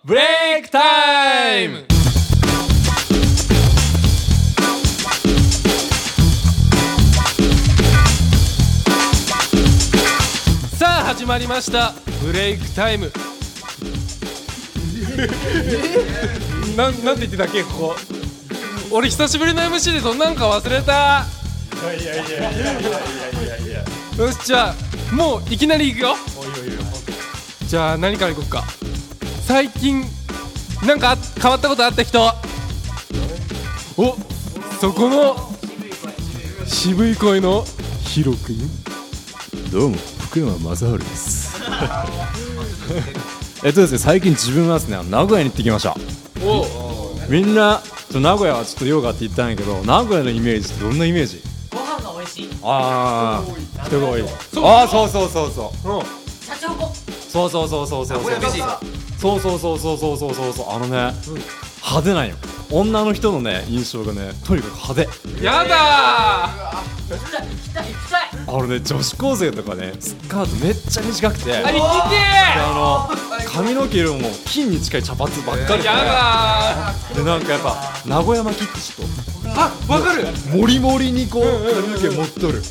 ブレイクタイム。さあ始まりましたブレイクタイム。なんて言ってたっけここ。俺久しぶりの MC でどんなんか忘れた。いやよし、じゃあもういきなりいくよ。じゃあ何からいこっか。最近なんか変わったことあった人。お、そこの渋い声のヒロ君。 どうも福山雅治ですですね、最近自分はですね、名古屋に行ってきました。みんな名古屋はちょっと用があって言ったんやけど、名古屋のイメージってどんなイメージ？ ご飯が美味しい。 ああ、人が多い。 ああ、そうそうそうそう。 社長も。 そうそうそうそうそうそう。そうそうそうそうそうそうそうそう。派手なんよ。女の人のね印象がね、とにかく派手。 やだ行きたい。 女子高生とかね、スカートめっちゃ短くて、 ー。あ、行きて髪の毛色も金に近い茶髪ばっかりで、 やだでなんかやっぱ名古屋巻きってちょっあ、わかる。 とモリモリにこう髪の毛持っとる。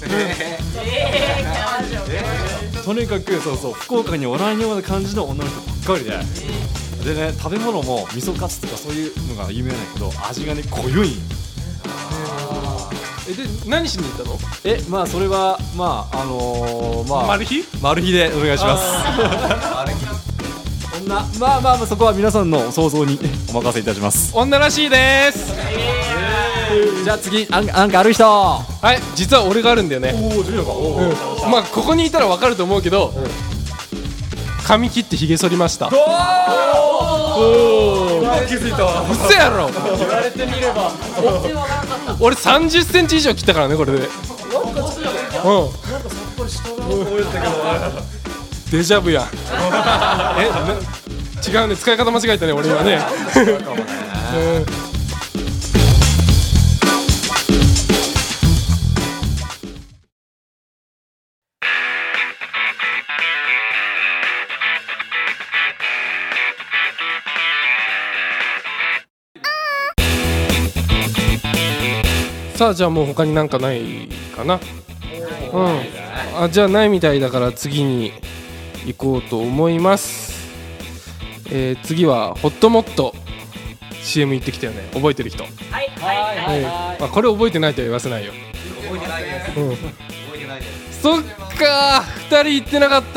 とにかくそうそう、福岡におらんような感じの女の人ばっかりで、でね、食べ物も味噌カツとかそういうのが有名なんやけど、味がね濃ゆいんよ。 で何しに行ったの？ まあそれはまあマル秘？ マル秘でお願いします。そんなまあそこは皆さんの想像にお任せいたします。 女らしいです。 じゃあ次、なんかある人。 はい、実は俺があるんだよね。まあここにいたらわかると思うけど、髪切ってひげ剃りました。 気づいたわ。 嘘やろ。 言われてみれば。 俺30センチ以上切ったからね、これで。デジャブやん。違うね、使い方間違えたね、俺今ね。さあ、じゃあもう他になんかないかな。あ、じゃあないみたいだから次に行こうと思います。次はホットモット CM 行ってきたよね。覚えてる人？ はい。 これ覚えてないとは言わせないよ。 覚えてないです。覚えてないです。 そっかー、2人行ってなかった。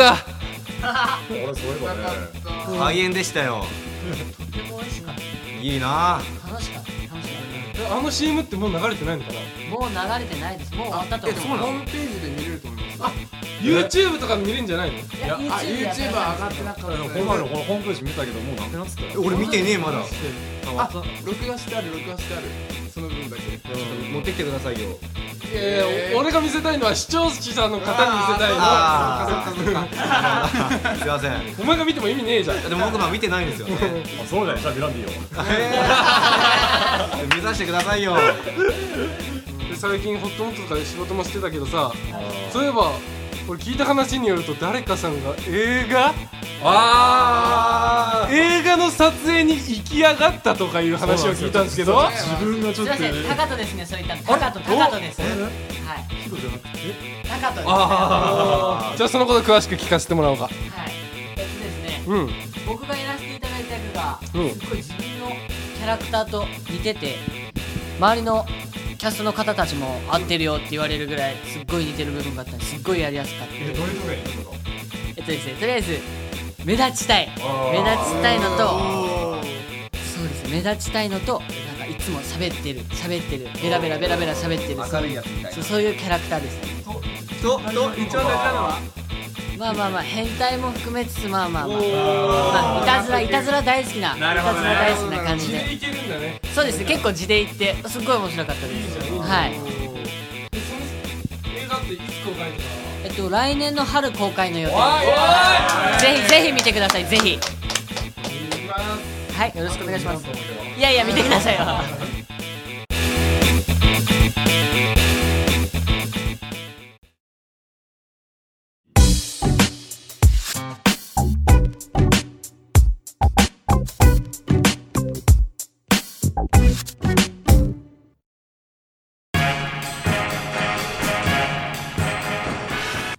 開演でしたよ。 とても美味しかった。 いいな。 楽しかった。 あの CM ってもう流れてないのかな？ もう流れてないです。もう終わったと思う。 そうなの？ ホームページで見れると思います。 YouTube とか見れるんじゃないの？ いや、YouTube は上がってなかった。 ホームページ見たけどもうなくなってたよ。 俺見てねえまだ。 録画してある。その分だけ。 持ってきてくださいよ。 俺が見せたいのは視聴者の方に見せたいの。 すいません。 お前が見ても意味ねえじゃん。 でも僕は見てないんですよね。 そうだよ、じゃあ見らんでいいよ。 目指してくださいよ。 で最近ホットモットとかで仕事もしてたけどさ、そういえば俺聞いた話によると誰かさんが映画の撮影に行き上がったとかいう話を聞いたんですけど、 自分がちょっとすいません、タカトですね、そういったタカトです。はい。 ヒロじゃなくてタカトです。 じゃあそのこと詳しく聞かせてもらおうか。 はい。ですね、 うん僕がやらせていただいた役がうんすっごい自分のキャラクターと似てて、周りのキャストの方たちも合ってるよって言われるぐらいすっごい似てる部分があったり、すっごいやりやすかった。 どういうとこがいいの？ ですね、とりあえず目立ちたいのと、そうです、目立ちたいのと、なんかいつも喋ってるベラベラ喋ってる、 明るいやつみたいな。 そういうキャラクターですね。 と一番大事なのはまあ変態も含めつつ、いたずら大好きな感じで。 いけるんだね。 そうですね、結構地で行ってすっごい面白かったです。はい。 でその映画っていつ公開とか？ 来年の春公開の予定おいぜひ見てください。ぜひ。 見ます。 はい、よろしくお願いします。いや見てくださいよ。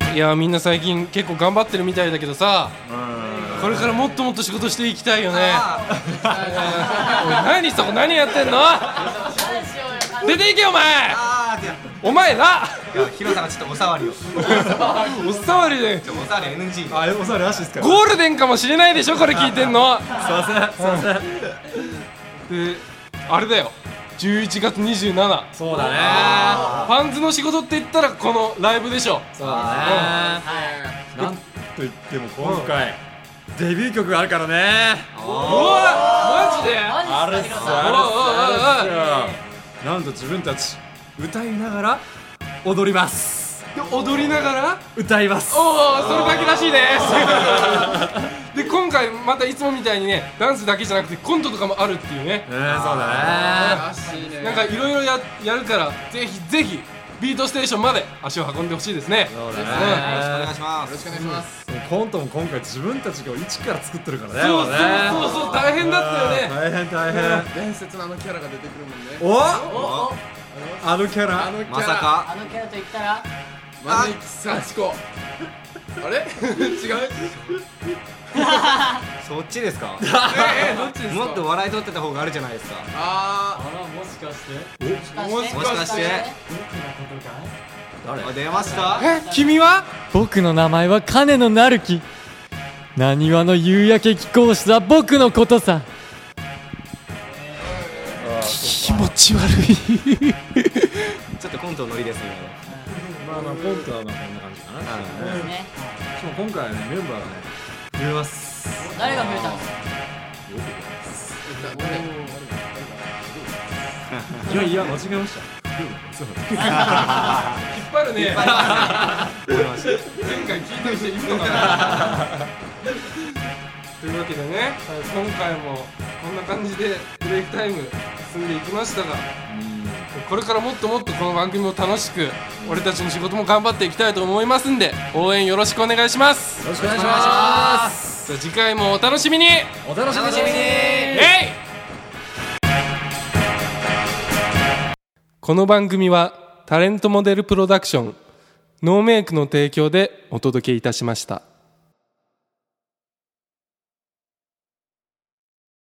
いやみんな最近結構頑張ってるみたいだけどさ、これからもっともっと仕事していきたいよね。おい何そこ何やってんの。出ていけお前。お前らヒロさんがちょっとお触りを。 おさわりでお触り NG。 あれおさらしいですか。 ゴールデンかもしれないでしょこれ聞いてんの。 すいませんすいません。 であれだよ11月27 そうだね。 パンズの仕事って言ったらこのライブでしょ。 そうだね。なんと言っても今回デビュー曲があるからね。 うわマジで。 あるっすヒロさんあるっすよ。なんと自分たち歌いながら踊ります。 で踊りながら歌います。 おおそれだけらしいですで今回またいつもみたいにねダンスだけじゃなくてコントとかもあるっていうね。 そうだらしいね。 なんかいろいろやるからぜひぜひビートステーションまで足を運んでほしいですね。 ね。そうだお願ね。 いしまよろしくお願いします。 コントも今回自分たちが一から作ってるからね。 そうそう大変だったよね。 大変大変。 伝説のあのキャラが出てくるもんね。 おおあのキャラ。 あのキャラまさかあのキャラと言ったらマネキサチコ。あれ違う。 そっちですか。 どっちですか。 もっと笑い取ってた方があるじゃないですか。 あらもしかしてもしもしかして誰？ あ出ました。 君は僕の名前は金野なるき。なにわの夕焼け貴公子は僕のことさ。 気持ち悪いちょっとコントのノリですね。 まあまあコントはまあこんな感じかな。 ですね。 しかも今回はねメンバーがね増えます。 誰が増えたんですか。 いやいや間違えました。そう引っ張るね思いました。 前回聞いてる人いるのかなというわけでね今回もこんな感じでブレイクタイム進んでいきましたが、これからもっともっとこの番組を楽しく俺たちの仕事も頑張っていきたいと思いますんで応援よろしくお願いします。 よろしくお願いします。 じゃあ次回もお楽しみに。 お楽しみに。 この番組はタレントモデルプロダクションノーメイクの提供でお届けいたしました。